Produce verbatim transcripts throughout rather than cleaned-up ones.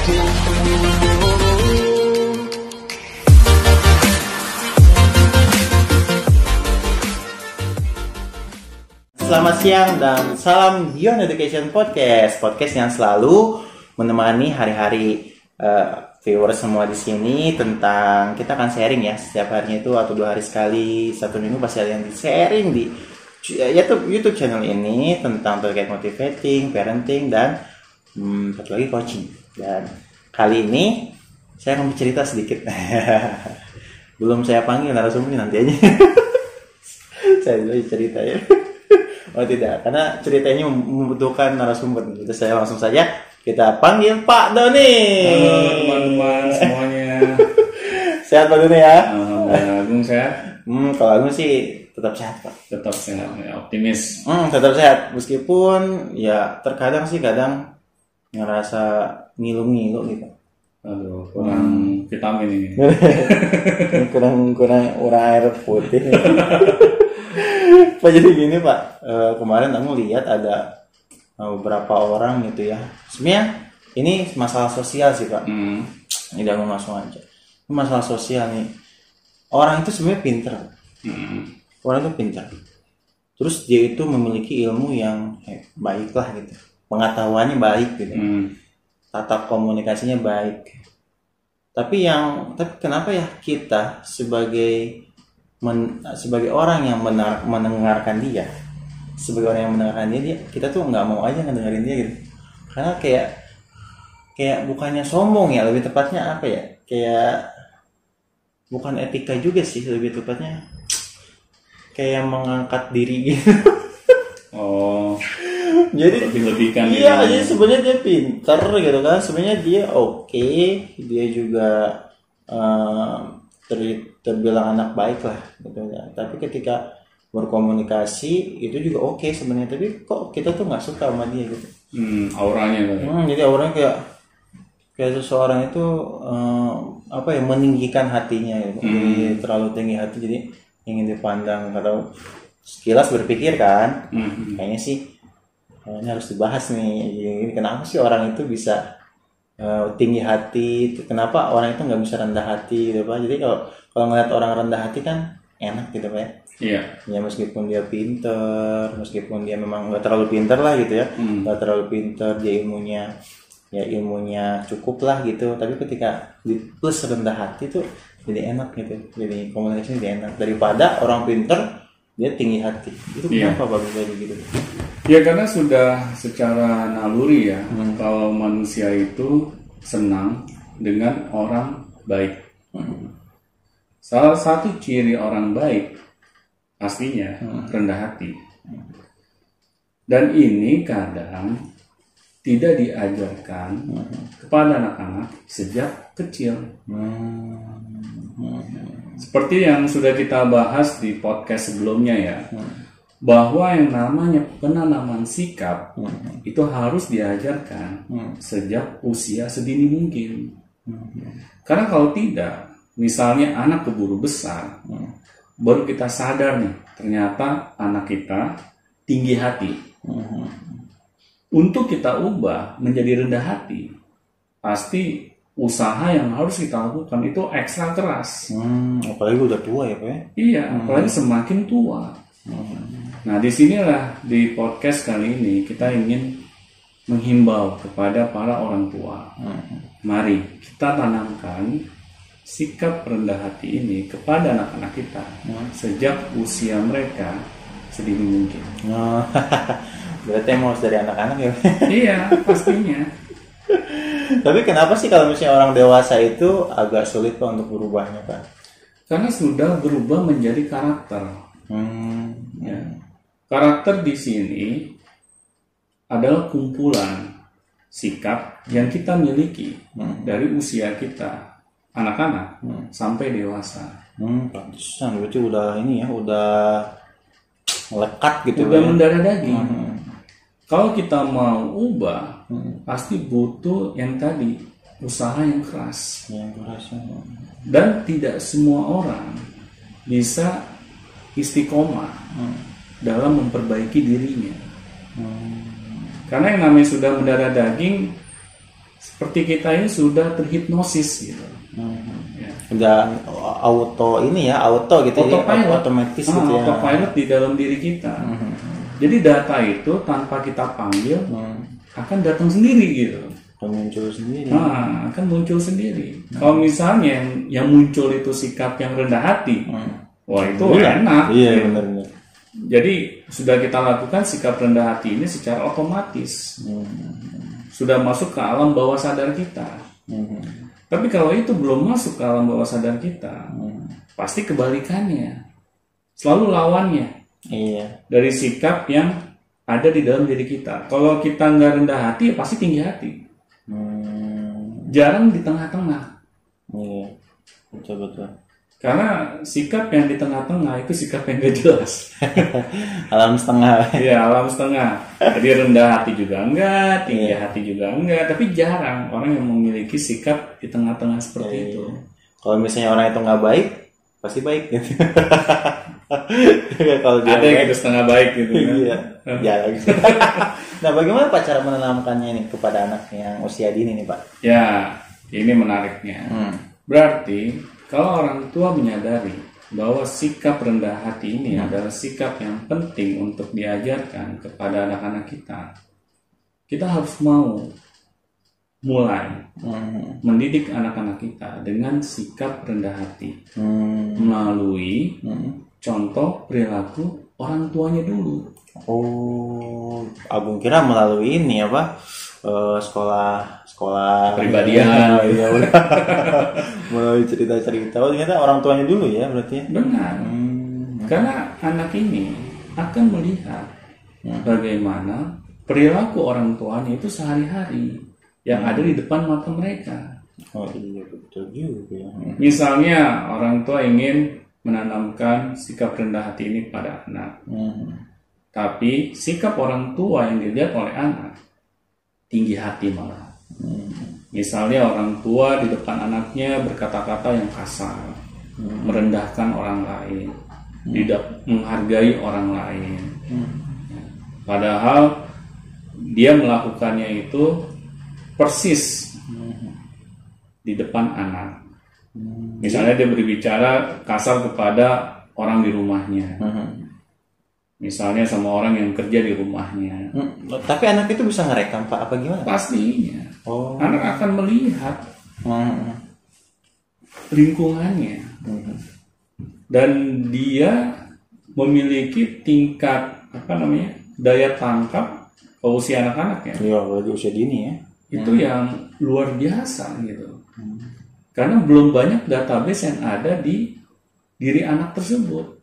Selamat siang dan salam Beyond Education Podcast, podcast yang selalu menemani hari-hari uh, viewers semua di sini. Tentang kita akan sharing ya setiap harinya itu atau dua hari sekali, satu minggu pasti ada yang di sharing di YouTube YouTube channel ini tentang terkait motivating, parenting dan hmm, satu lagi coaching. Dan kali ini saya akan bercerita sedikit. Belum saya panggil narasumber nanti aja. Saya dulu cerita ya. Oh tidak, karena ceritanya membutuhkan narasumber. Jadi saya langsung saja kita panggil Pak Doni. Halo teman-teman semuanya. Sehat Pak Doni ya? Alhamdulillah, Agung sehat. Hmm, kalau Agung sih tetap sehat Pak. Tetap sehat, ya, optimis. Hmm, tetap sehat. Meskipun ya terkadang sih kadang ngerasa ngilu-ngilu gitu. Aduh, kurang hmm. vitamin ini. kurang kurang kurang air putih. Pak, jadi gini Pak, e, kemarin kamu lihat ada e, beberapa orang gitu ya. Sebenarnya ini masalah sosial sih Pak. Hmm. Ini aku langsung aja. Ini masalah sosial nih. Orang itu sebenarnya pinter. Hmm. Orang itu pinter. Terus dia itu memiliki ilmu yang eh, baik lah gitu. Pengetahuannya baik gitu. Hmm. Tata komunikasinya baik. Tapi yang tapi kenapa ya kita sebagai Men, sebagai orang yang benar, mendengarkan dia, sebagai orang yang mendengarkan dia, dia kita tuh nggak mau aja ngedengerin dia gitu, karena kayak kayak bukannya sombong ya, lebih tepatnya apa ya, kayak bukan etika juga sih, lebih tepatnya kayak mengangkat diri gitu. Oh, jadi lebih-lebihkan iya, gitu. jadi sebenarnya dia pintar gitu kan, sebenarnya dia oke, okay, dia juga uh, ter, terbilang anak baik lah gitu ya. Tapi ketika berkomunikasi itu juga oke okay sebenarnya, tapi kok kita tuh nggak suka sama dia gitu. Hmm, auranya gitu. Hmm, jadi auranya kayak kayak seseorang itu um, apa ya, meninggikan hatinya gitu. Hmm. Jadi terlalu tinggi hati, jadi ingin dipandang atau sekilas berpikir kan. Hmm. Kayaknya sih ini harus dibahas nih. Kenapa sih orang itu bisa Uh, tinggi hati, kenapa orang itu nggak bisa rendah hati gitu Pak? Jadi kalau kalau ngeliat orang rendah hati kan enak gitu Pak. Iya. Ya meskipun dia pinter, meskipun dia memang nggak terlalu pinter lah gitu ya, nggak hmm. terlalu pinter, dia ilmunya ya ilmunya cukup lah gitu. Tapi ketika di plus rendah hati tuh jadi enak gitu, jadi komunikasinya jadi enak daripada orang pinter dia tinggi hati. Itu kenapa Pak bisa gitu? Ya karena sudah secara naluri ya, hmm. kalau manusia itu senang dengan orang baik. Hmm. Salah satu ciri orang baik pastinya hmm. rendah hati. Dan ini kadang tidak diajarkan hmm. kepada anak-anak sejak kecil. Hmm. Hmm. Seperti yang sudah kita bahas di podcast sebelumnya ya. Hmm. Bahwa yang namanya penanaman sikap hmm. itu harus diajarkan hmm. sejak usia sedini mungkin. Hmm. Karena kalau tidak, misalnya anak keburu besar, hmm. baru kita sadar nih, ternyata anak kita tinggi hati. Hmm. Untuk kita ubah menjadi rendah hati, pasti usaha yang harus kita lakukan itu ekstra keras. Hmm. Apalagi udah tua ya Pak? Iya, hmm. apalagi semakin tua. Hmm. Nah, disinilah di podcast kali ini kita ingin menghimbau kepada para orang tua. Hmm. Mari kita tanamkan sikap rendah hati ini kepada anak-anak kita hmm. sejak usia mereka sedini mungkin. Oh, berarti mau dari anak-anak ya? Iya, pastinya. Tapi kenapa sih kalau misalnya orang dewasa itu agak sulit Pak untuk berubahnya Pak? Karena sudah berubah menjadi karakter. Hmm. Ya. Karakter di sini adalah kumpulan sikap yang kita miliki hmm. dari usia kita anak-anak hmm. sampai dewasa. Hmm, pantesan berarti udah ini ya, udah melekat gitu. Udah ya. mendarah daging. Hmm. Kalau kita mau ubah, hmm. pasti butuh yang tadi, usaha yang keras. Yang keras. Dan tidak semua orang bisa istiqomah hmm. dalam memperbaiki dirinya. Hmm. Karena yang namanya sudah mendarah daging, seperti kita ini sudah terhipnosis gitu. Hmm. Ya. Udah auto ini ya, auto gitu autopilot. ya, otomatis ah, gitu ya. Autopilot di dalam diri kita. Hmm. Jadi data itu tanpa kita panggil hmm. akan datang sendiri gitu. Akan muncul sendiri. Nah, akan muncul sendiri. Hmm. Kalau misalnya yang, yang muncul itu sikap yang rendah hati, hmm. wah itu iya. enak. Iya ya. Benar-benar. Jadi sudah kita lakukan sikap rendah hati ini secara otomatis. Hmm. Sudah masuk ke alam bawah sadar kita. Hmm. Tapi kalau itu belum masuk ke alam bawah sadar kita, hmm. pasti kebalikannya. Selalu lawannya. Iya. Dari sikap yang ada di dalam diri kita. Kalau kita nggak rendah hati, ya pasti tinggi hati. Hmm. Jarang di tengah-tengah. Iya, betul-betul. Karena sikap yang di tengah-tengah itu sikap yang gak jelas. Alam setengah. Iya, alam setengah. Jadi rendah hati juga enggak, tinggi yeah. hati juga enggak. Tapi jarang orang yang memiliki sikap di tengah-tengah seperti yeah. itu. Kalau misalnya orang itu nggak baik, pasti baik gitu. Kalau dia ada yang gitu setengah baik gitu. Iya. Ya. Nah, bagaimana Pak cara menanamkannya nih kepada anak yang usia dini nih Pak? Ya, ini menariknya. Hmm. Berarti kalau orang tua menyadari bahwa sikap rendah hati ini hmm. adalah sikap yang penting untuk diajarkan kepada anak-anak kita, kita harus mau mulai hmm. mendidik anak-anak kita dengan sikap rendah hati hmm. melalui hmm. contoh perilaku orang tuanya dulu. Oh, Agung kira melalui ini apa? Uh, sekolah sekolah pribadian ya, melalui cerita-cerita. Oh, ternyata orang tuanya dulu ya berarti. Benar. Hmm. Karena anak ini akan melihat hmm. bagaimana perilaku orang tuanya itu sehari-hari yang hmm. ada di depan mata mereka. Oh iya betul juga. Hmm. Misalnya orang tua ingin menanamkan sikap rendah hati ini pada anak. Hmm. Tapi sikap orang tua yang dilihat oleh anak tinggi hati malah. Hmm. Misalnya orang tua di depan anaknya berkata-kata yang kasar, hmm. merendahkan orang lain, hmm. tidak menghargai orang lain. Hmm. Padahal dia melakukannya itu persis hmm. di depan anak. Hmm. Misalnya dia berbicara kasar kepada orang di rumahnya. Hmm. Misalnya sama orang yang kerja di rumahnya. Hmm, tapi anak itu bisa ngerekam Pak apa gimana? Pastinya. Oh. Anak akan melihat hmm. lingkungannya. Hmm. Dan dia memiliki tingkat apa namanya? Daya tangkap ke usia anak-anak ya. Iya, apalagi usia dini ya. Itu hmm. yang luar biasa gitu. Hmm. Karena belum banyak database yang ada di diri anak tersebut.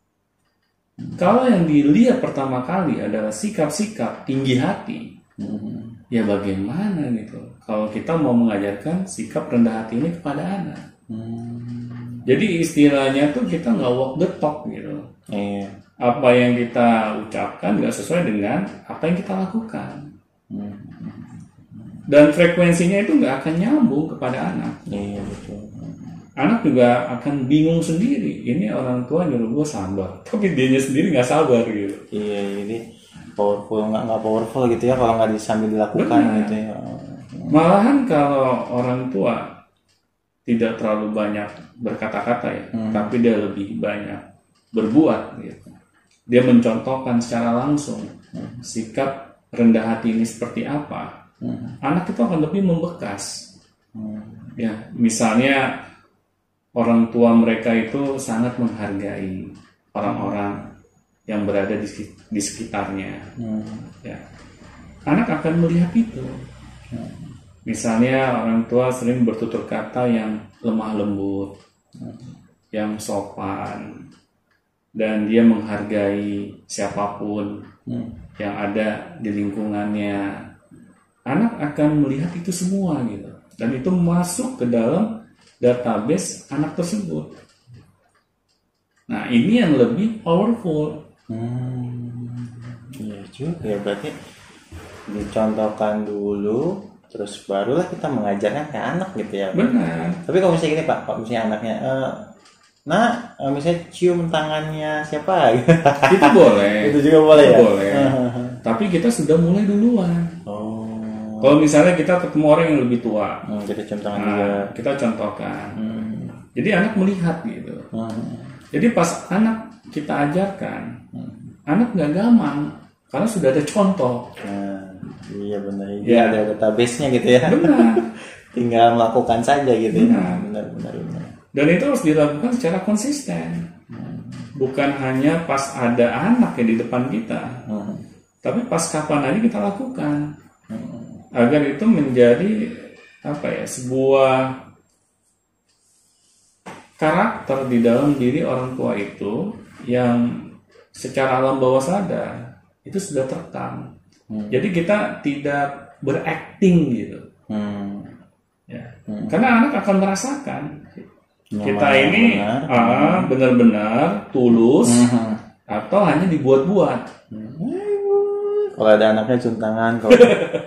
Kalau yang dilihat pertama kali adalah sikap-sikap tinggi hati, hmm. ya bagaimana gitu? Kalau kita mau mengajarkan sikap rendah hati ini kepada anak, hmm. jadi istilahnya tuh kita nggak walk the talk gitu. Eh. Apa yang kita ucapkan nggak sesuai dengan apa yang kita lakukan, hmm. dan frekuensinya itu nggak akan nyambung kepada anak. Iya betul. Anak juga akan bingung sendiri. Ini orang tua nyuruh gue sabar, tapi dianya sendiri nggak sabar gitu. Iya, jadi powerful nggak nggak powerful gitu ya kalau nggak sambil dilakukan. Benar. Gitu ya. Malahan kalau orang tua tidak terlalu banyak berkata-kata ya, hmm. tapi dia lebih banyak berbuat gitu. Dia mencontohkan secara langsung hmm. sikap rendah hati ini seperti apa. Hmm. Anak itu akan lebih membekas. Hmm. Ya, misalnya orang tua mereka itu sangat menghargai orang-orang yang berada di, di sekitarnya. Hmm. Ya. Anak akan melihat itu. Hmm. Misalnya orang tua sering bertutur kata yang lemah lembut, hmm. yang sopan, dan dia menghargai siapapun hmm. yang ada di lingkungannya. Anak akan melihat itu semua gitu, dan itu masuk ke dalam database anak tersebut. Nah, ini yang lebih powerful. Hmm, iya juga ya, berarti dicontohkan dulu, terus barulah kita mengajarkan ke anak gitu ya. Benar. Tapi kalau misalnya gini Pak, kalau misalnya anaknya, uh, nah misalnya cium tangannya siapa? Itu boleh. Itu juga boleh itu ya. Boleh. Tapi kita sudah mulai duluan. Oh. Kalau misalnya kita ketemu orang yang lebih tua, Hmm, kita contohkan nah, juga. kita contohkan. Hmm. Jadi anak melihat gitu. Hmm. Jadi pas anak kita ajarkan, anak nggak gamang karena sudah ada contoh. Nah, iya benar. Iya, Ya. ada database-nya gitu ya. Benar. Tinggal melakukan saja gitu ya. Benar. Benar, benar, benar. Dan itu harus dilakukan secara konsisten. Bukan hanya pas ada anak yang di depan kita, Hmm. tapi pas kapan aja kita lakukan. Hmm. Agar itu menjadi apa ya, sebuah karakter di dalam diri orang tua itu yang secara alam bawah sadar itu sudah terekam. Hmm. Jadi kita tidak berakting gitu. Hmm. Ya. Hmm. Karena anak akan merasakan Nyaman, kita ini benar. ah, benar-benar tulus Hmm. atau hanya dibuat-buat. Kalau ada anaknya cuntangan, kalau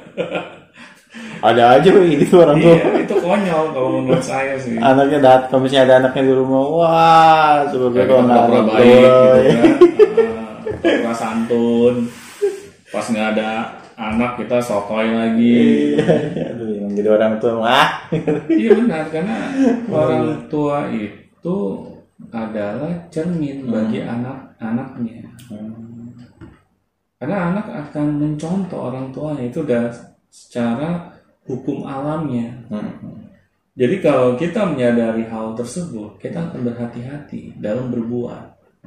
ada aja ini orang tua. Iya, itu konyol kalau menurut saya sih. Anaknya dat, kalau misalnya ada anaknya di rumah, wah, sebelumnya Ya, kalau kita nggak pura-pura ada baik gitu boy. kan. Ah, pura santun. Pas nggak ada anak kita sotoy lagi. Aduh, yang jadi orang tua ah. Iya benar, karena orang tua itu adalah cermin bagi anak-anaknya. Karena anak akan mencontoh orang tuanya, itu udah secara hukum alamnya. Jadi kalau kita menyadari hal tersebut, kita akan berhati-hati dalam berbuat.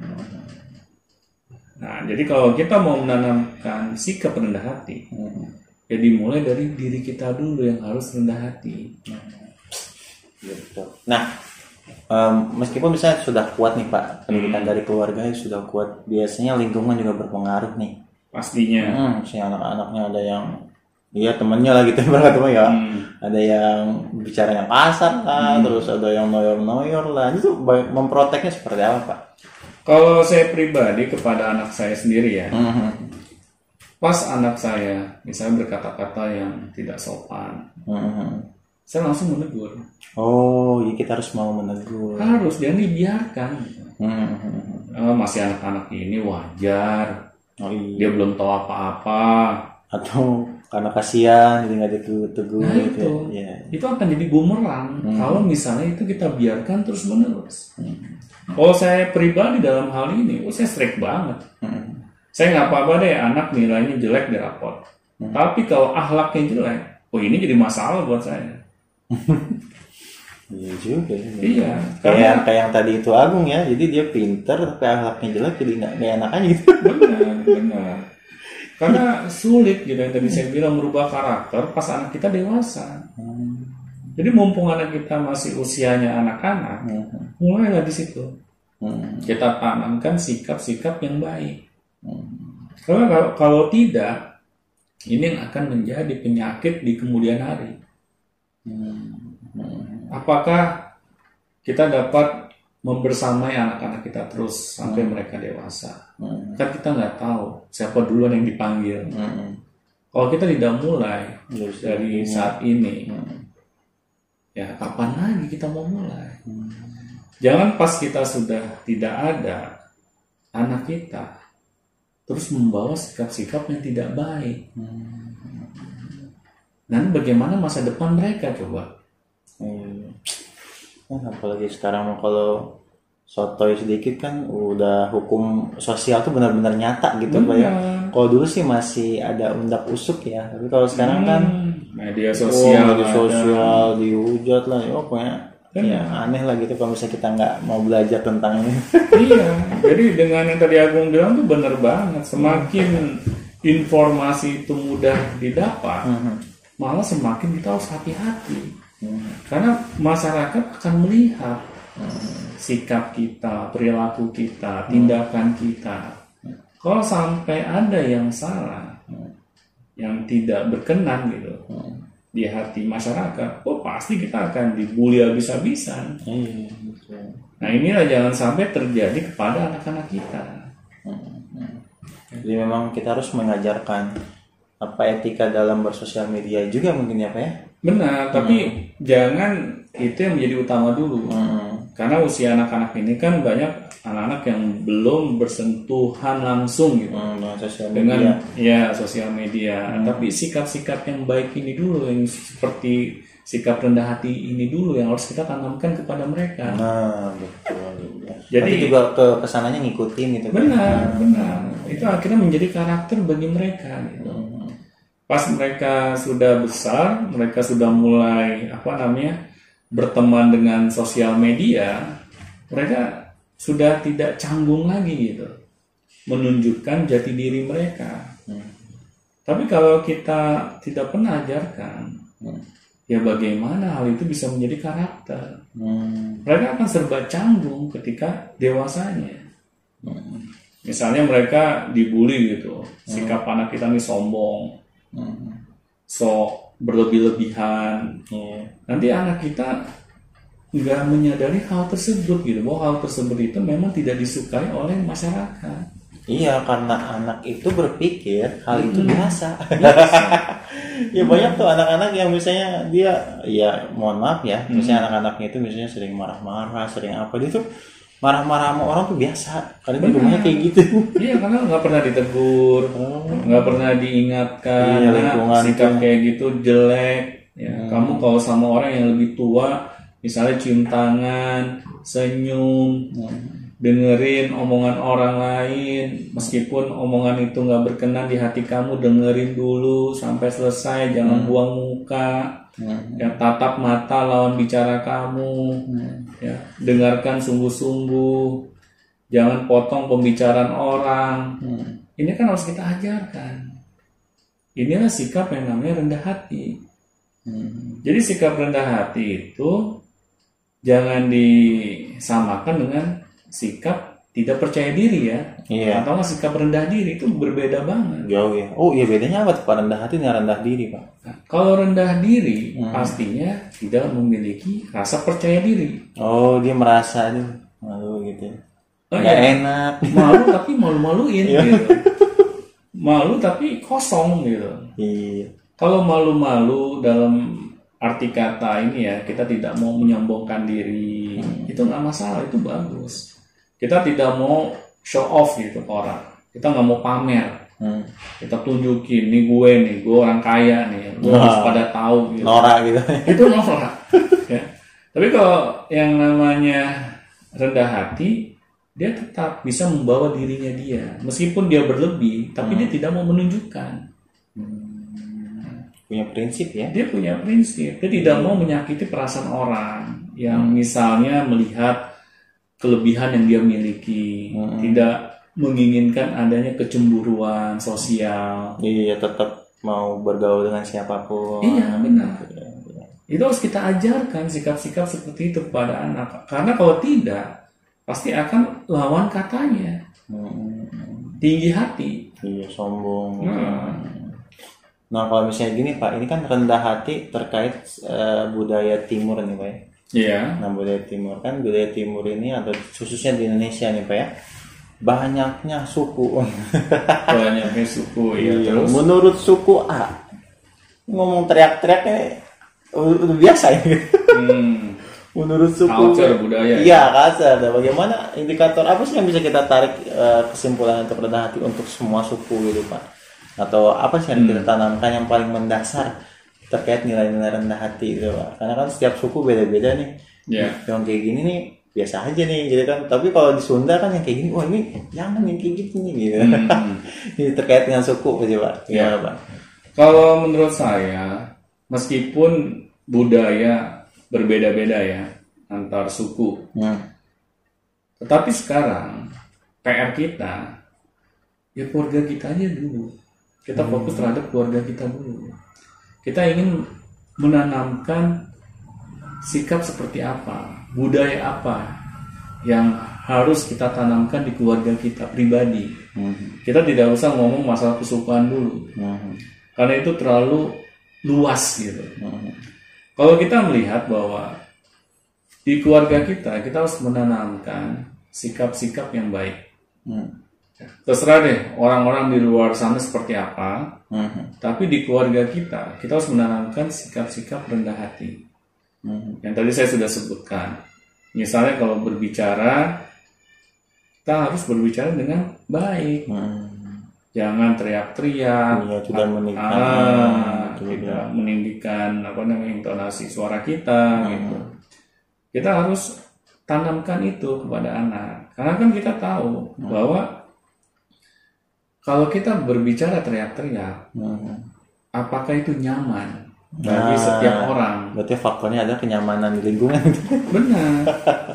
Nah, jadi kalau kita mau menanamkan sikap rendah hati, ya dimulai dari diri kita dulu yang harus rendah hati. Gitu. Nah, em, meskipun misalnya sudah kuat nih Pak, pendidikan dari keluarga sudah kuat, biasanya lingkungan juga berpengaruh nih. Pastinya. Hmm, si anak-anaknya ada yang, iya temennya lah gitu, berkata teman ya, Hmm. ada yang bicara yang kasar lah, terus ada yang noyor-noyor lah. Itu baik- memproteknya seperti apa Pak? Kalau saya pribadi kepada anak saya sendiri ya, Hmm. pas anak saya misalnya berkata-kata yang tidak sopan, Hmm. saya langsung menegur. Oh, iya kita harus mau menegur. Harus, jangan dibiarkan. Hmm. Eh, masih anak-anak ini wajar, Oh iya. dia belum tahu apa-apa. Atau karena kasihan jadi nggak ditegur-tegur Nah gitu. itu, Ya. itu akan jadi bumerang kalau misalnya itu kita biarkan terus menerus. Kalau saya pribadi dalam hal ini, oh saya strict banget. Hmm. Saya nggak apa-apa deh anak nilainya jelek di rapor. Tapi kalau akhlaknya jelek, oh ini jadi masalah buat saya. Iya juga. Ya. Iya, Kayak karena kayak yang tadi itu Agung ya. Jadi dia pinter tapi akhlaknya jelek jadi nggak nggak enak aja gitu. benar, benar. Karena sulit gitu yang tadi saya bilang merubah karakter pas anak kita dewasa. Jadi mumpung anak kita masih usianya anak-anak, mulailah di situ. Hmm. Kita tanamkan sikap-sikap yang baik. Karena kalau, kalau tidak, ini akan menjadi penyakit di kemudian hari. Apakah kita dapat membersamai anak-anak kita terus sampai mereka dewasa? Kan kita nggak tahu siapa duluan yang dipanggil. Hmm. Kalau kita tidak mulai Yes, dari saat ini, ya kapan lagi kita mau mulai? Jangan pas kita sudah tidak ada anak kita, terus membawa sikap-sikap yang tidak baik. Nanti bagaimana masa depan mereka coba? Hmm. Nah, apalagi sekarang kalau sotoy sedikit kan udah hukum sosial tuh benar-benar nyata gitu Pak ya. Kalau dulu sih masih ada undak usuk ya, tapi kalau sekarang kan Media oh, sosial, media ada. sosial dihujat lah, ya pokoknya Kan ya aneh lah gitu kalau misalnya kita nggak mau belajar tentang ini. Iya, jadi dengan yang tadi Agung bilang tuh benar banget. Semakin informasi itu mudah didapat, malah semakin kita harus hati-hati. Karena masyarakat akan melihat sikap kita, perilaku kita, tindakan kita. Kalau sampai ada yang salah, yang tidak berkenan gitu di hati masyarakat, oh pasti kita akan dibully habis-habisan. Iya, betul. Nah inilah jangan sampai terjadi kepada anak-anak kita. Jadi memang kita harus mengajarkan apa etika dalam bersosial media juga mungkin ya Pak ya. Benar, tapi jangan itu yang menjadi utama dulu. Hmm. Karena usia anak-anak ini kan banyak anak-anak yang belum bersentuhan langsung gitu hmm, dengan sosial media. Dengan ya sosial media. Hmm. Tapi sikap-sikap yang baik ini dulu, yang seperti sikap rendah hati ini dulu yang harus kita tanamkan kepada mereka. Nah, betul. Jadi Berarti juga ke kesananya ngikutin gitu. Benar, kan? benar. Itu akhirnya menjadi karakter bagi mereka gitu. Hmm. Pas mereka sudah besar, mereka sudah mulai apa namanya berteman dengan sosial media, mereka sudah tidak canggung lagi gitu menunjukkan jati diri mereka. Hmm. Tapi kalau kita tidak pernah ajarkan, hmm. ya bagaimana hal itu bisa menjadi karakter? Hmm. Mereka akan serba canggung ketika dewasanya. Hmm. Misalnya mereka dibully gitu, sikap hmm. anak kita ini sombong, hmm. sok berlebih-lebihan. Hmm. Nanti anak kita nggak menyadari hal tersebut gitu, bahwa hal tersebut itu memang tidak disukai oleh masyarakat. Iya, karena anak itu berpikir hal hmm. itu biasa. biasa. Ya banyak tuh anak-anak yang misalnya dia, ya mohon maaf ya, hmm. misalnya anak-anaknya itu misalnya sering marah-marah, sering apa, dia tuh marah-marah sama orang tuh biasa. Karena di rumahnya kayak gitu. Iya, karena nggak pernah ditegur, nggak oh. pernah diingatkan, iya, nah, sikap kayak gitu jelek. Ya, hmm. kamu kalau sama orang yang lebih tua, misalnya cium tangan, senyum, hmm. dengerin omongan orang lain, meskipun omongan itu nggak berkenan di hati kamu, dengerin dulu sampai selesai, jangan hmm. buang muka, hmm. ya tatap mata lawan bicara kamu, hmm. ya dengarkan sungguh-sungguh, jangan potong pembicaraan orang. Hmm. Ini kan harus kita ajarkan. Inilah sikap yang namanya rendah hati. Hmm. Jadi sikap rendah hati itu jangan disamakan dengan sikap tidak percaya diri ya, iya. atau nggak sikap rendah diri, itu berbeda banget. Jauh ya. Oh iya, bedanya apa tuh Pak, rendah hati dengan rendah diri Pak? Nah, kalau rendah diri hmm. pastinya tidak memiliki rasa percaya diri. Oh, dia merasa itu malu gitu. Oh, nggak ya. enak. Malu tapi malu-maluin gitu. Malu tapi kosong gitu. Iya. Kalau malu-malu dalam arti kata ini ya, kita tidak mau menyombongkan diri, hmm. itu nggak masalah, itu bagus. Kita tidak mau show off gitu ke orang, kita nggak mau pamer, hmm. kita tunjukin, nih gue nih, gue orang kaya nih, gue harus nah, pada tahu gitu. Norak gitu. Itu norak. Ya. Tapi kalau yang namanya rendah hati, dia tetap bisa membawa dirinya dia, meskipun dia berlebih, tapi hmm. dia tidak mau menunjukkan. Hmm. Punya prinsip ya? Dia punya prinsip. Dia tidak hmm. mau menyakiti perasaan orang yang hmm. misalnya melihat kelebihan yang dia miliki, hmm. tidak menginginkan adanya kecemburuan sosial. Iya, tetap mau bergaul dengan siapapun. Iya, benar. Ya. Itu harus kita ajarkan sikap-sikap seperti itu kepada anak. Karena kalau tidak, pasti akan lawan katanya. Hmm. Tinggi hati. Iya, sombong. Hmm. Nah, kalau misalnya gini Pak, ini kan rendah hati terkait uh, budaya timur nih Pak ya. Iya. Nah, budaya timur kan, budaya timur ini atau khususnya di Indonesia nih Pak ya, banyaknya suku. Banyaknya suku, ya. Terus menurut suku A, ngomong teriak-teriaknya udah biasa ya. Hmm. Menurut suku culture, budaya. Iya, culture. Nah, bagaimana indikator apa sih yang bisa kita tarik uh, kesimpulan untuk rendah hati untuk semua suku gitu Pak? Atau apa sih yang hmm. kita tanamkan yang paling mendasar terkait nilai-nilai rendah hati gitu Pak? Karena kan setiap suku beda-beda nih. Yeah. Yang kayak gini nih biasa aja nih gitu kan. Tapi kalau di Sunda kan yang kayak gini, wah ini jangan yang kayak gitu nih gitu. Hmm. Ini terkait dengan suku aja Pak. Gimana yeah. Pak? Kalau menurut saya, meskipun budaya berbeda-beda ya antar suku, hmm. tetapi sekarang P R kita ya keluarga kita aja dulu. Kita fokus terhadap keluarga kita dulu. Kita ingin menanamkan sikap seperti apa, budaya apa yang harus kita tanamkan di keluarga kita pribadi. Hmm. Kita tidak usah ngomong masalah kesukaan dulu, hmm. karena itu terlalu luas gitu. Hmm. Kalau kita melihat bahwa di keluarga kita, kita harus menanamkan sikap-sikap yang baik. Hmm. Terserah deh orang-orang di luar sana seperti apa, uh-huh. tapi di keluarga kita kita harus menanamkan sikap-sikap rendah hati. Hmm. Yang tadi saya sudah sebutkan. Misalnya kalau berbicara, kita harus berbicara dengan baik. Hmm. Jangan teriak-teriak, ya, tidak meninggikan, ah, tidak meninggikan apa namanya intonasi suara kita, hmm. gitu. Kita harus tanamkan itu kepada anak, karena kan kita tahu hmm. bahwa kalau kita berbicara teriak-teriak, hmm. apakah itu nyaman bagi nah, setiap orang? Berarti faktornya adalah kenyamanan di lingkungan. Benar.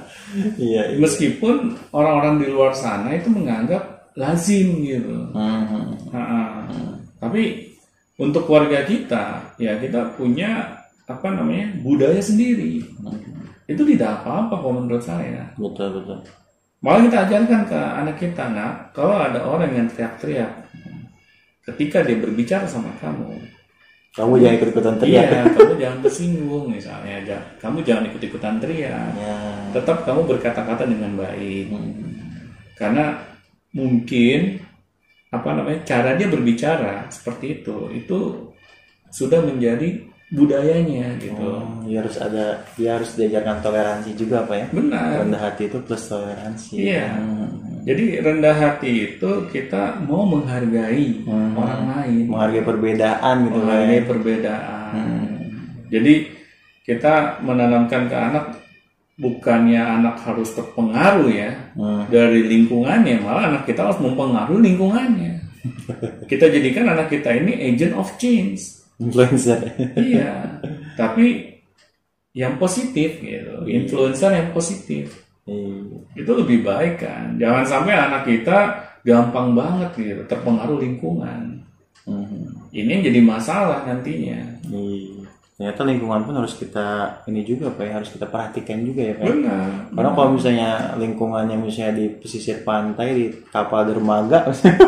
Iya, iya. Meskipun orang-orang di luar sana itu menganggap lazim gitu. Hmm. Nah, hmm. Tapi untuk keluarga kita, ya kita punya apa namanya budaya sendiri. Hmm. Itu tidak apa-apa kalau menurut saya. Betul betul. Malah kita ajarkan ke anak kita, nak, kalau ada orang yang teriak-teriak, ketika dia berbicara sama kamu, kamu jangan ikut-ikutan teriak. Iya, kamu jangan tersinggung misalnya. Kamu jangan ikut-ikutan teriak. Ya. Tetap kamu berkata-kata dengan baik. Hmm. Karena mungkin apa namanya cara dia berbicara seperti itu itu sudah menjadi budayanya gitu. Oh, dia harus ada, dia harus diajarkan toleransi juga, Pak ya. Benar. Rendah hati itu plus toleransi. Iya. Hmm. Jadi rendah hati itu kita mau menghargai hmm. orang lain, menghargai perbedaan gitu, menghargai kan? perbedaan. Hmm. Jadi kita menanamkan ke anak, bukannya anak harus terpengaruh ya hmm. dari lingkungannya, malah anak kita harus mempengaruhi lingkungannya. Kita jadikan anak kita ini agent of change, influencer. Iya, tapi yang positif gitu, influencer yang positif. Hmm. Itu lebih baik kan. Jangan sampai anak kita gampang banget gitu terpengaruh lingkungan. Hmm. Ini yang jadi masalah nantinya. Hmm. Ternyata lingkungan pun harus kita ini juga Pak, harus kita perhatikan juga ya Pak. Benar. Karena benar. Kalau misalnya lingkungannya misalnya di pesisir pantai, di kapal dermaga,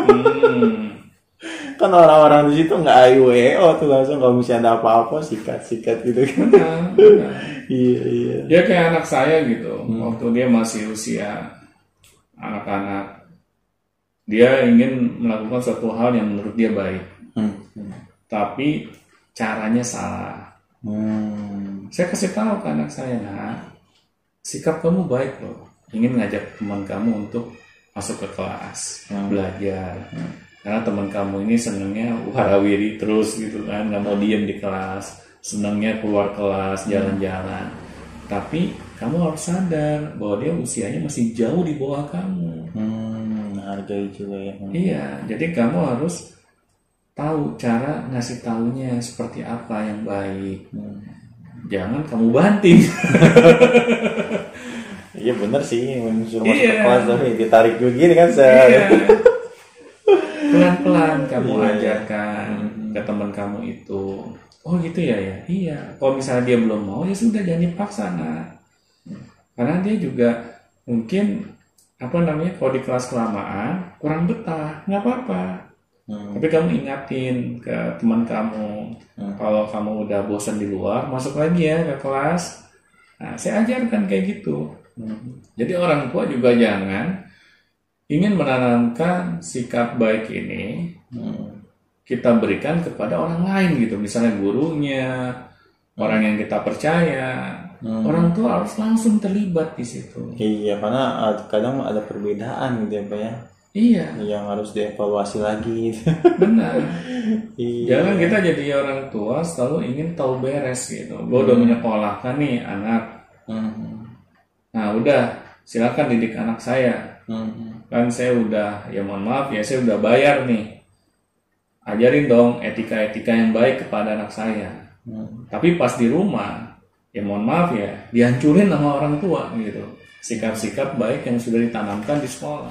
hmm. kan orang-orang di situ nggak ayu eo tuh langsung kalau misalnya ada apa-apa sikat-sikat gitu kan. Benar, benar. Iya iya. Ya kayak anak saya gitu, hmm. waktu dia masih usia anak-anak, dia ingin melakukan suatu hal yang menurut dia baik, hmm. Hmm. tapi caranya salah. Hmm. Saya kasih tahu ke anak saya, nah, sikap kamu baik loh, ingin ngajak teman kamu untuk masuk ke kelas, hmm. belajar, hmm. karena teman kamu ini senangnya warawiri terus gitu kan, nggak mau diem di kelas, senangnya keluar kelas, jalan-jalan. Hmm. Tapi kamu harus sadar bahwa dia usianya masih jauh di bawah kamu. Hmm, hargai juga ya. Hmm. Iya, jadi kamu harus tahu cara ngasih taunya seperti apa yang baik. Hmm. Jangan kamu banting. Iya benar sih, suruh masuk ke kelas tapi ditarik begini kan saya. Iya. Pelan-pelan kamu yeah. ajarkan hmm. ke teman kamu itu. Oh gitu ya ya. Iya. Kalau misalnya dia belum mau ya sudah, jangan dipaksa nak. Karena dia juga mungkin apa namanya kalau di kelas kelamaan kurang betah, nggak apa-apa. Hmm. Tapi kamu ingatin ke teman kamu, hmm. kalau kamu udah bosan di luar, masuk lagi ya ke kelas. Nah, saya ajarkan kayak gitu. Hmm. Jadi orang tua juga jangan ingin menanamkan sikap baik ini, hmm. kita berikan kepada orang lain gitu. Misalnya gurunya, hmm. orang yang kita percaya. Hmm. Orang tua harus langsung terlibat di situ. Iya, karena kadang ada perbedaan gitu ya Pak ya. Iya. Yang harus dievaluasi lagi. Benar. Iya. Jangan kita jadi orang tua selalu ingin tahu beres gitu. Gue hmm. udah menyekolahkan nih anak. Hmm. Nah udah, silakan didik anak saya. Hmm. Kan saya udah, ya mohon maaf ya saya udah bayar nih. Ajarin dong etika-etika yang baik kepada anak saya. Hmm. Tapi pas di rumah, ya mohon maaf ya, dihancurin sama orang tua gitu. Sikap-sikap baik yang sudah ditanamkan di sekolah.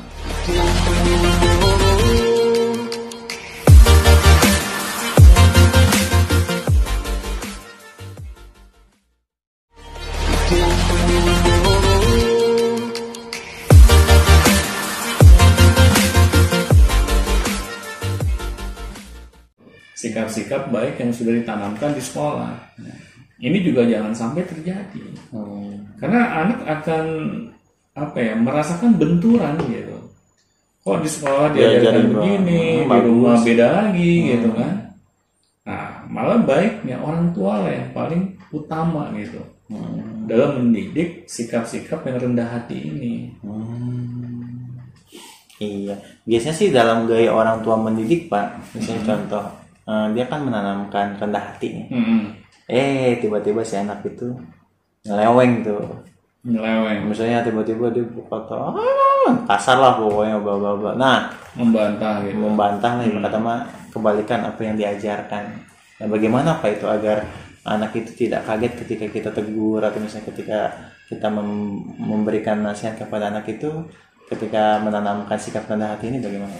Sikap-sikap baik yang sudah ditanamkan di sekolah. Ini juga jangan sampai terjadi. Hmm. Karena anak akan apa ya merasakan benturan gitu. Kok di sekolah diajarkan begini, hmm, di rumah beda lagi hmm. gitu kan. Nah, malah baiknya orang tua lah yang paling utama gitu hmm. dalam mendidik sikap-sikap yang rendah hati ini. Hmm. Iya, biasanya sih dalam gaya orang tua mendidik Pak, misalnya hmm. contoh uh, dia kan menanamkan rendah hati nih. Hmm. Eh tiba-tiba si anak itu nyeleweng tuh. Nyeleweng. Misalnya tiba-tiba dia berkata, ah, kasar lah pokoknya, bla-bla-bla. Nah, membantah gitu. Membantah lah, hmm. kata mah kebalikan apa yang diajarkan. Nah, bagaimana Pak itu agar anak itu tidak kaget ketika kita tegur atau misalnya ketika kita mem- memberikan nasihat kepada anak itu ketika menanamkan sikap rendah hati ini bagaimana?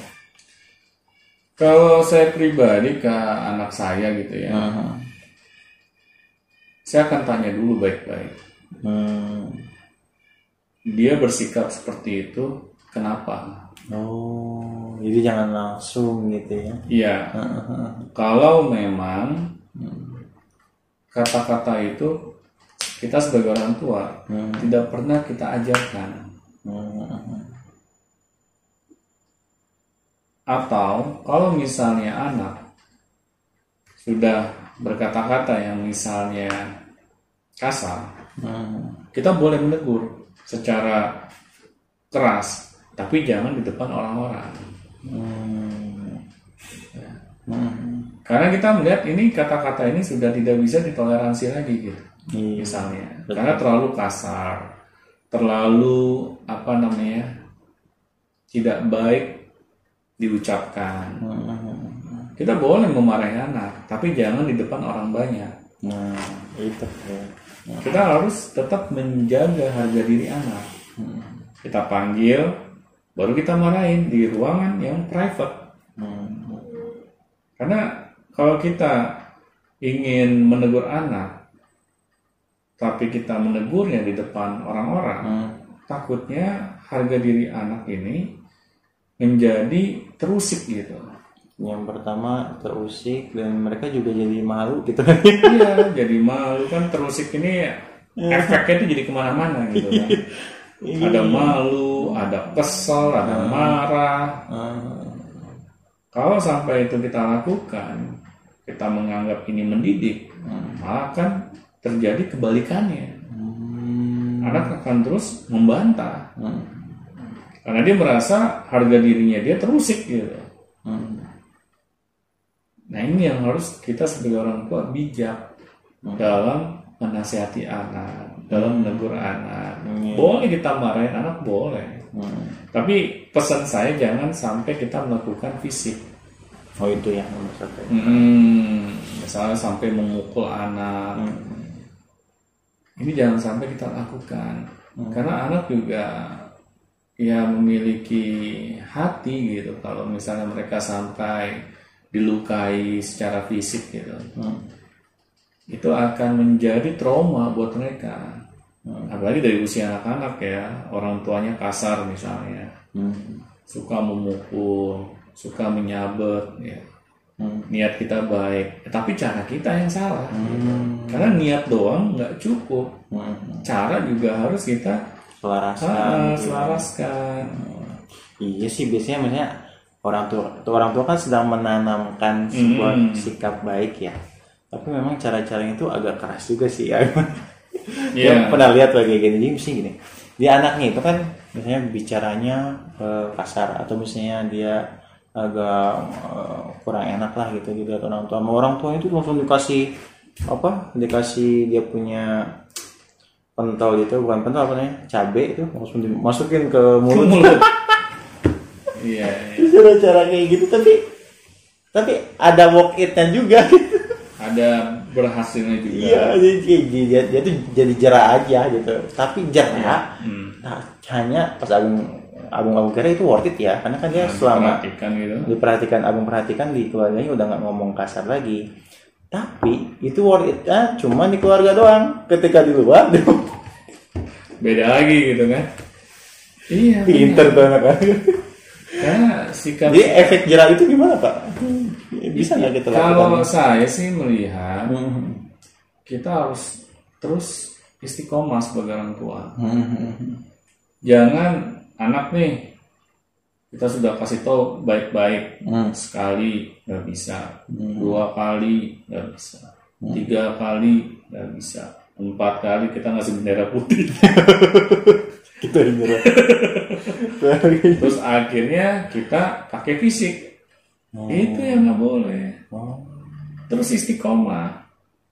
Kalau saya pribadi ke anak saya gitu ya, uh-huh. saya akan tanya dulu baik-baik. Hmm. Dia bersikap seperti itu kenapa? Oh, jadi jangan langsung gitu ya? Iya. Uh-huh. Kalau memang hmm. kata-kata itu kita sebagai orang tua hmm. tidak pernah kita ajarkan. Hmm. Atau kalau misalnya anak sudah berkata-kata yang misalnya kasar, hmm. kita boleh menegur secara keras, tapi jangan di depan orang-orang. Hmm. Hmm. Karena kita melihat ini kata-kata ini sudah tidak bisa ditoleransi lagi gitu. Hmm. Misalnya, betul. Karena terlalu kasar, terlalu apa namanya tidak baik diucapkan. Hmm. Kita boleh memarahi anak, tapi jangan di depan orang banyak. Nah, itu. Ya. Kita harus tetap menjaga harga diri anak. Hmm. Kita panggil, baru kita marahin di ruangan yang private. Hmm. Karena kalau kita ingin menegur anak, tapi kita menegurnya di depan orang-orang, hmm. takutnya harga diri anak ini menjadi terusik gitu. Yang pertama terusik dan mereka juga jadi malu gitu. Iya, jadi malu kan terusik ini efeknya itu jadi kemana-mana gitu kan. Ada malu, ada kesel, ada marah. Kalau sampai itu kita lakukan, kita menganggap ini mendidik, maka akan terjadi kebalikannya. Anak akan terus membantah. Karena dia merasa harga dirinya dia terusik gitu. Nah ini yang harus kita sebagai orang tua bijak hmm. dalam menasihati anak, dalam menegur anak. Hmm. Boleh kita marahin anak, boleh. Hmm. Tapi pesan saya jangan sampai kita melakukan fisik. Oh itu ya nomor satu. Hmm, misalnya sampai memukul anak. Hmm. Ini jangan sampai kita lakukan. Hmm. Karena anak juga ya memiliki hati gitu. Kalau misalnya mereka sampai dilukai secara fisik gitu, hmm. itu akan menjadi trauma buat mereka. Hmm. Apalagi dari usia anak-anak ya, orang tuanya kasar misalnya, hmm. suka memukul, suka menyabet, ya. hmm. Niat kita baik, tapi cara kita yang salah. Hmm. Karena niat doang nggak cukup, hmm. cara juga harus kita selaraskan. Ah, selaraskan. Hmm. Iya sih biasanya maksudnya orang tua orang tua kan sedang menanamkan sebuah hmm. sikap baik ya, tapi memang cara-caranya itu agak keras juga sih ya. Yeah. Pernah lihat lagi gini, jadi mesti gini, dia anaknya itu kan misalnya bicaranya uh, kasar atau misalnya dia agak uh, kurang enak lah gitu gitu orang tua, sama orang tua itu langsung dikasih apa, dikasih dia punya pentol gitu, bukan pentol apa namanya, cabai itu langsung dimasukin ke mulut. Iya. Cara-cara kayak gitu, tapi tapi ada walk it-nya juga. Ada berhasilnya juga. Iya, jadi dia, dia tuh jadi jerah aja gitu. Tapi jerah hmm. nah, hanya pas Agung Agung Agung kira itu worth it ya, karena kan dia nah, selama diperhatikan gitu. Diperhatikan Agung perhatikan di keluarganya udah nggak ngomong kasar lagi. Tapi itu worth it ah, cuma di keluarga doang. Ketika di luar beda lagi gitu kan. Iya. Pinter banget kan. Karena sikap jadi efek jerah itu gimana Pak? Bisa nggak kita lakukan? Kalau saya sih melihat hmm. kita harus terus istiqomah sebagai orang tua. Hmm. Jangan anak nih kita sudah kasih tahu baik-baik, Hmm. sekali nggak bisa, Hmm. dua kali nggak bisa, tiga kali nggak bisa, empat kali kita ngasih bendera putih. Kita ini. Terus akhirnya kita pakai fisik. Oh. Itu yang nggak boleh. Oh. Terus istiqomah.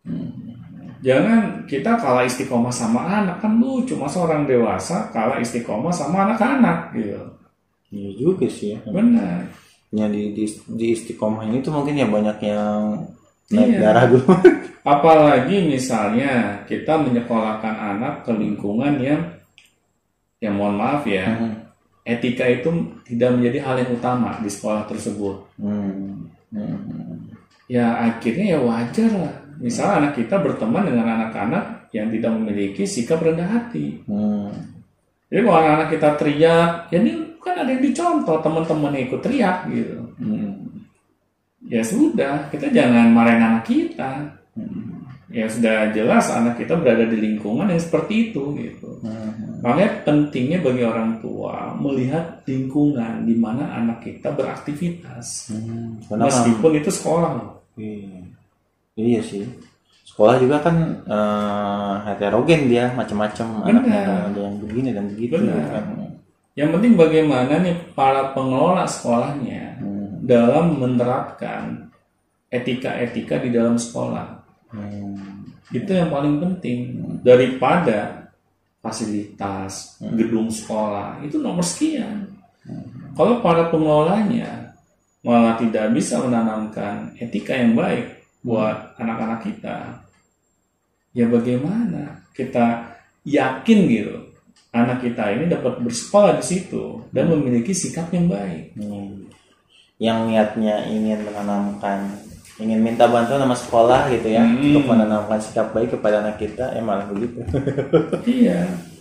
Jangan kita kalah istiqomah sama anak, kan lucu. Masa orang dewasa kalah istiqomah sama anak-anak gitu. Iya juga sih ya. Benar. Ya di, di, di istiqomah ini tuh mungkin ya banyak yang naik Iya. darah dulu. Apalagi misalnya kita menyekolahkan anak ke lingkungan yang, ya mohon maaf ya, Hmm. etika itu tidak menjadi hal yang utama di sekolah tersebut. Hmm. Hmm. Ya akhirnya ya wajar lah. Misalnya anak kita berteman dengan anak-anak yang tidak memiliki sikap rendah hati. Hmm. Jadi kalau anak-anak kita teriak, ya ini kan ada yang dicontoh, teman-teman ikut teriak gitu. Hmm. Ya sudah, kita jangan marahin anak kita. Hmm. Ya sudah jelas anak kita berada di lingkungan yang seperti itu gitu. Hmm. Makanya pentingnya bagi orang tua melihat lingkungan di mana anak kita beraktivitas. Hmm. Karena kan- Meskipun itu sekolah loh. Iya. Iya sih. Sekolah juga kan eh, heterogen dia, macam-macam Benar. anaknya, ada yang begini dan begitu Benar. kan. Yang penting bagaimana nih para pengelola sekolahnya Hmm. dalam menerapkan etika-etika di dalam sekolah. Hmm. Itu yang paling penting daripada fasilitas gedung sekolah itu nomor sekian. Kalau para pengelolanya malah tidak bisa menanamkan etika yang baik buat anak-anak kita, ya bagaimana kita yakin gitu anak kita ini dapat bersekolah di situ dan memiliki sikap yang baik. Hmm. Yang niatnya ingin menanamkan, ingin minta bantuan sama sekolah gitu ya, Hmm. untuk menanamkan sikap baik kepada anak kita, eh malah begitu. Iya.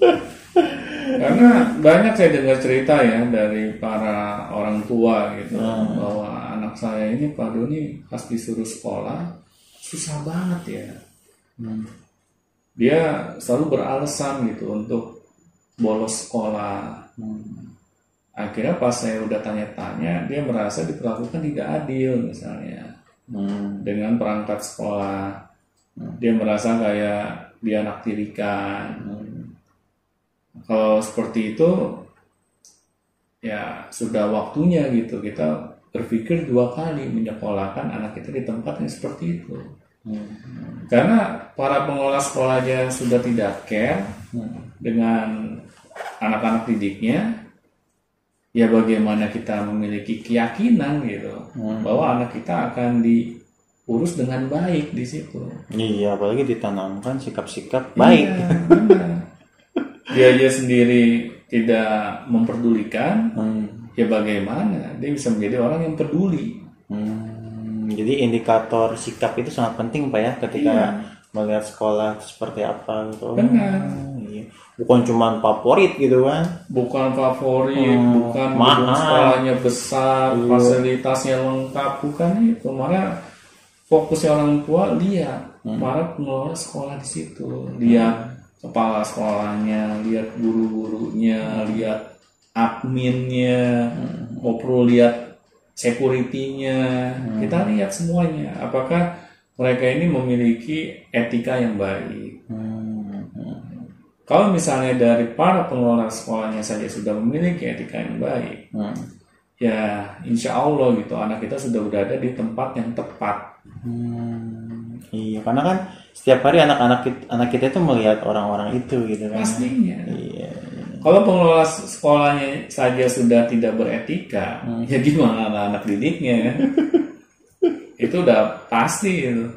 Karena banyak saya dengar cerita ya dari para orang tua gitu Hmm. bahwa anak saya ini Pak Doni pas disuruh sekolah susah banget ya. Hmm. Dia selalu beralasan gitu untuk bolos sekolah. Hmm. Akhirnya pas saya udah tanya-tanya, dia merasa diperlakukan tidak adil misalnya Hmm. dengan perangkat sekolah. Dia merasa kayak dianaktirikan. Hmm. Kalau seperti itu, ya sudah waktunya gitu kita berpikir dua kali menyekolahkan anak kita di tempat yang seperti itu. Hmm. Karena para pengelola sekolahnya sudah tidak care Hmm. dengan anak-anak didiknya, ya bagaimana kita memiliki keyakinan gitu Hmm. bahwa anak kita akan diurus dengan baik di situ. Iya, apalagi ditanamkan sikap-sikap baik. Iya, benar. Dia aja sendiri tidak memperdulikan, Hmm. ya bagaimana dia bisa menjadi orang yang peduli. Hmm. Jadi indikator sikap itu sangat penting Pak ya, ketika Iya. melihat sekolah seperti apa gitu. Oh, Benar. iya. Bukan cuma favorit gitu kan. Bukan favorit, Hmm, bukan mahal. gedung sekolahnya besar, Iya. fasilitasnya lengkap, bukan itu. Maka fokusnya orang tua lihat para pengelola sekolah di situ, lihat kepala sekolahnya, lihat guru-gurunya, lihat adminnya, mau perlu lihat security-nya. Kita lihat semuanya. Apakah mereka ini memiliki etika yang baik? Hmm. Hmm. Kalau misalnya dari para pengelola sekolahnya saja sudah memiliki etika yang baik, Hmm. ya insya Allah gitu anak kita sudah berada di tempat yang tepat. Hmm. Iya, karena kan setiap hari anak-anak kita, anak kita itu melihat orang-orang itu gitu kan. Pastinya. Iya. Kalau pengelola sekolahnya saja sudah tidak beretika, ya gimana anak-anak didiknya? Itu udah pasti itu.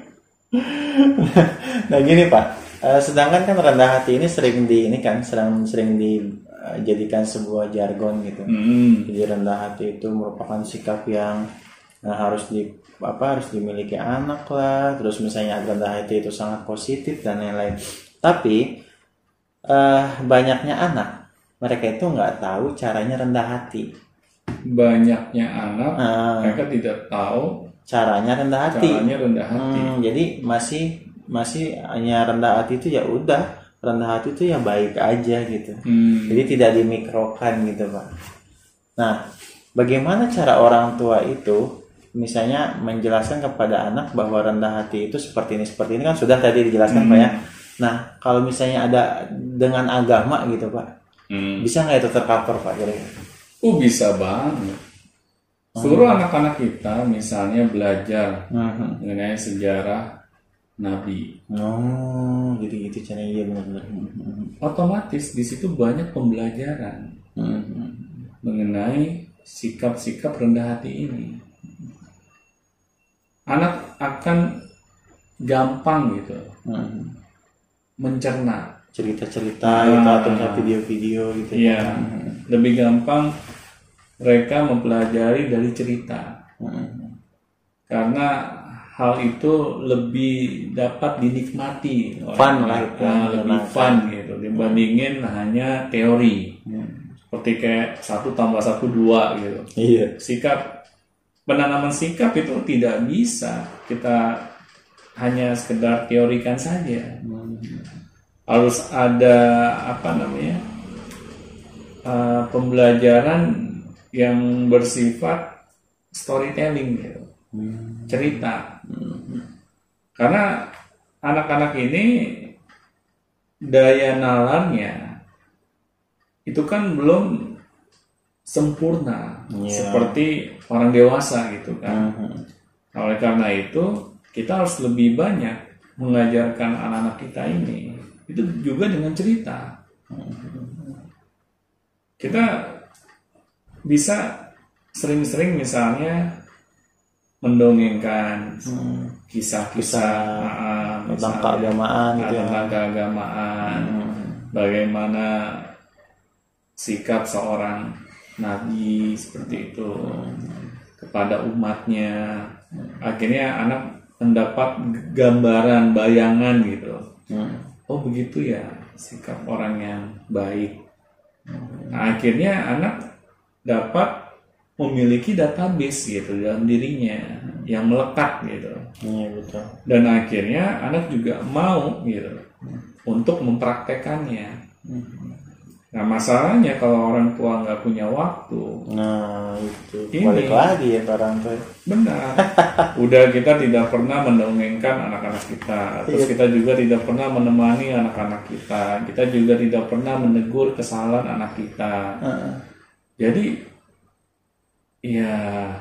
Nah gini Pak, eh, sedangkan kan rendah hati ini sering di ini kan sering sering dijadikan sebuah jargon gitu. Hmm. Jadi rendah hati itu merupakan sikap yang eh, harus di apa harus dimiliki anak lah. Terus misalnya rendah hati itu sangat positif dan lain-lain. Tapi eh, banyaknya anak mereka itu nggak tahu caranya rendah hati. Banyaknya anak Ah. mereka tidak tahu Caranya rendah hati. caranya rendah hati. Hmm, jadi masih masih hanya rendah hati itu ya udah rendah hati itu ya baik aja gitu. Hmm. Jadi tidak dimikrokan gitu Pak. Nah, bagaimana cara orang tua itu misalnya menjelaskan kepada anak bahwa rendah hati itu seperti ini seperti ini kan sudah tadi dijelaskan hmm. Pak ya. Nah, kalau misalnya ada dengan agama gitu Pak, hmm. bisa nggak itu tercover Pak? Kira-kira? Oh bisa banget. Suruh hmm. anak-anak kita misalnya belajar hmm. mengenai sejarah Nabi. Oh, gitu-gitu caranya iya benar-benar. Otomatis di situ banyak pembelajaran hmm. mengenai sikap-sikap rendah hati ini. Anak akan gampang gitu hmm. mencerna cerita-cerita nah, gitu atau video-video gitu. Iya, hmm. lebih gampang mereka mempelajari dari cerita hmm. karena hal itu lebih dapat dinikmati, fun lah itu, nah, lebih fun gitu dibandingin hmm. hanya teori hmm. seperti kayak satu tambah satu dua gitu. Iya. Sikap penanaman sikap itu tidak bisa kita hanya sekedar teorikan saja. Hmm. Harus ada apa namanya uh, pembelajaran yang bersifat storytelling gitu. Hmm. Cerita. Hmm. Karena anak-anak ini daya nalarnya itu kan belum sempurna yeah. seperti orang dewasa gitu kan. Hmm. Oleh karena itu kita harus lebih banyak mengajarkan anak-anak kita ini itu juga dengan cerita. Hmm. Kita bisa sering-sering misalnya mendongengkan hmm. kisah-kisah uh, tentang keagamaan gitu ya. Tentang keagamaan hmm. bagaimana sikap seorang nabi seperti itu hmm. kepada umatnya. hmm. Akhirnya anak mendapat gambaran, bayangan gitu. hmm. Oh begitu ya sikap orang yang baik. hmm. Nah, akhirnya anak dapat memiliki database gitu dalam dirinya yang melekat gitu. Iya betul. Dan akhirnya anak juga mau gitu hmm. untuk mempraktekannya. Hmm. Nah masalahnya kalau orang tua nggak punya waktu. Nah itu ini, balik lagi ya orang tua. Benar. Udah kita tidak pernah mendongengkan anak-anak kita. Terus kita juga tidak pernah menemani anak-anak kita. Kita juga tidak pernah menegur kesalahan anak kita. Uh-uh. Jadi ya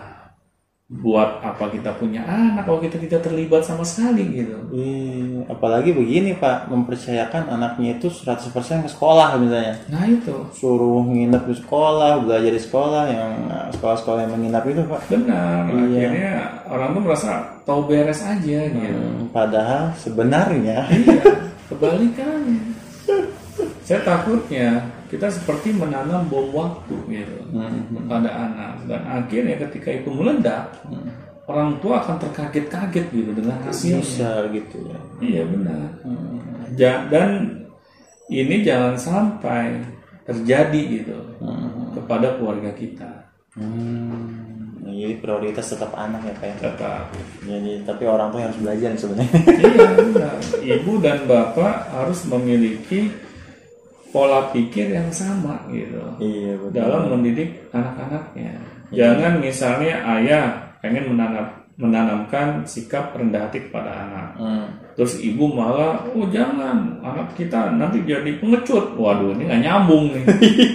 buat apa kita punya anak kalau kita tidak terlibat sama sekali gitu. Hmm, apalagi begini Pak, mempercayakan anaknya itu seratus persen ke sekolah misalnya. Nah itu. Suruh nginep di sekolah, belajar di sekolah, yang sekolah-sekolah yang menginap itu Pak. Benar, iya. Akhirnya orang tuh merasa tahu beres aja gitu. Hmm, padahal sebenarnya. Iya, kebalikannya. Saya takutnya kita seperti menanam bom waktu gitu hmm. kepada anak, dan akhirnya ketika itu meledak hmm. orang tua akan terkaget-kaget gitu dengan hasilnya. Bisa gitu ya. Iya benar. Hmm. Ja- dan ini jangan sampai terjadi gitu hmm. kepada keluarga kita. Hmm. Jadi prioritas tetap anak ya Pak ya. Tetap. Jadi tapi orang tua harus belajar sebenarnya. Iya benar. Ibu dan bapak harus memiliki pola pikir yang sama gitu. Iya, betul. Dalam mendidik anak-anaknya. Iya. Jangan misalnya ayah pengen menanam, menanamkan sikap rendah hati kepada anak. Hmm. Terus ibu malah, oh jangan, anak kita nanti jadi pengecut. Waduh, ini nggak nyambung nih.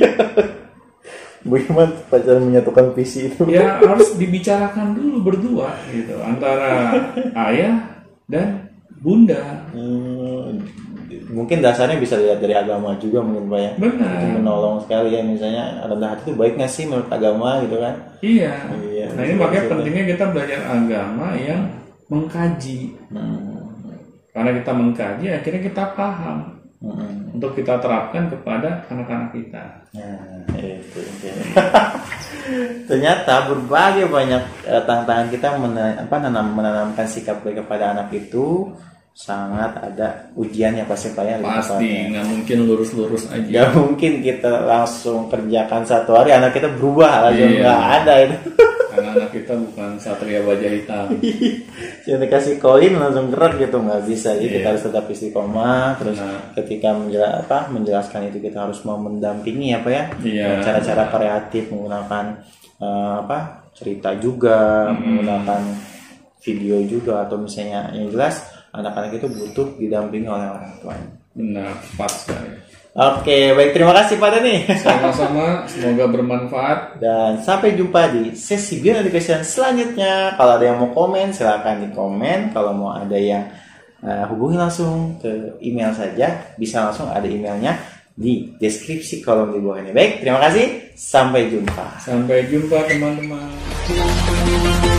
Bagaimana cara menyatukan visi itu? Ya harus dibicarakan dulu berdua gitu antara ayah dan bunda. Hmm. Mungkin dasarnya bisa dilihat dari agama juga mungkin Pak ya. Benar. Itu menolong sekali ya, misalnya rendah hati itu baik nggak sih menurut agama gitu kan? Iya. iya nah ini makanya pentingnya kita belajar agama yang mengkaji. Hmm. Karena kita mengkaji akhirnya kita paham hmm. untuk kita terapkan kepada anak-anak kita. Nah itu. Ternyata berbagai banyak uh, tantangan kita mena- apa, menanam, menanamkan sikap baik kepada anak itu. Sangat ada ujiannya pasti Pak ya. Pasti, nggak mungkin lurus-lurus aja. Nggak mungkin kita langsung kerjakan satu hari anak kita berubah aja, iya. Nggak ada itu. Karena anak kita bukan satria baja hitam. Jangan dikasih koin langsung gerak gitu, nggak bisa. Jadi Iya. kita harus tetap istiqomah. Terus Nah. ketika menjela, apa, menjelaskan itu kita harus mau mendampingi apa ya, Iya. cara-cara variatif menggunakan eh, apa cerita juga, Hmm. menggunakan video juga, atau misalnya yang jelas anak-anak itu butuh didampingi oleh orang tuanya. Benar, pas sekali. Oke, baik, terima kasih Pak Dani. Sama-sama, semoga bermanfaat. Dan sampai jumpa di sesi Beyond Education selanjutnya. Kalau ada yang mau komen, silakan di komen. Kalau mau ada yang uh, hubungi langsung ke email saja, bisa langsung ada emailnya di deskripsi kolom di bawah ini. Baik, terima kasih. Sampai jumpa. Sampai jumpa teman-teman.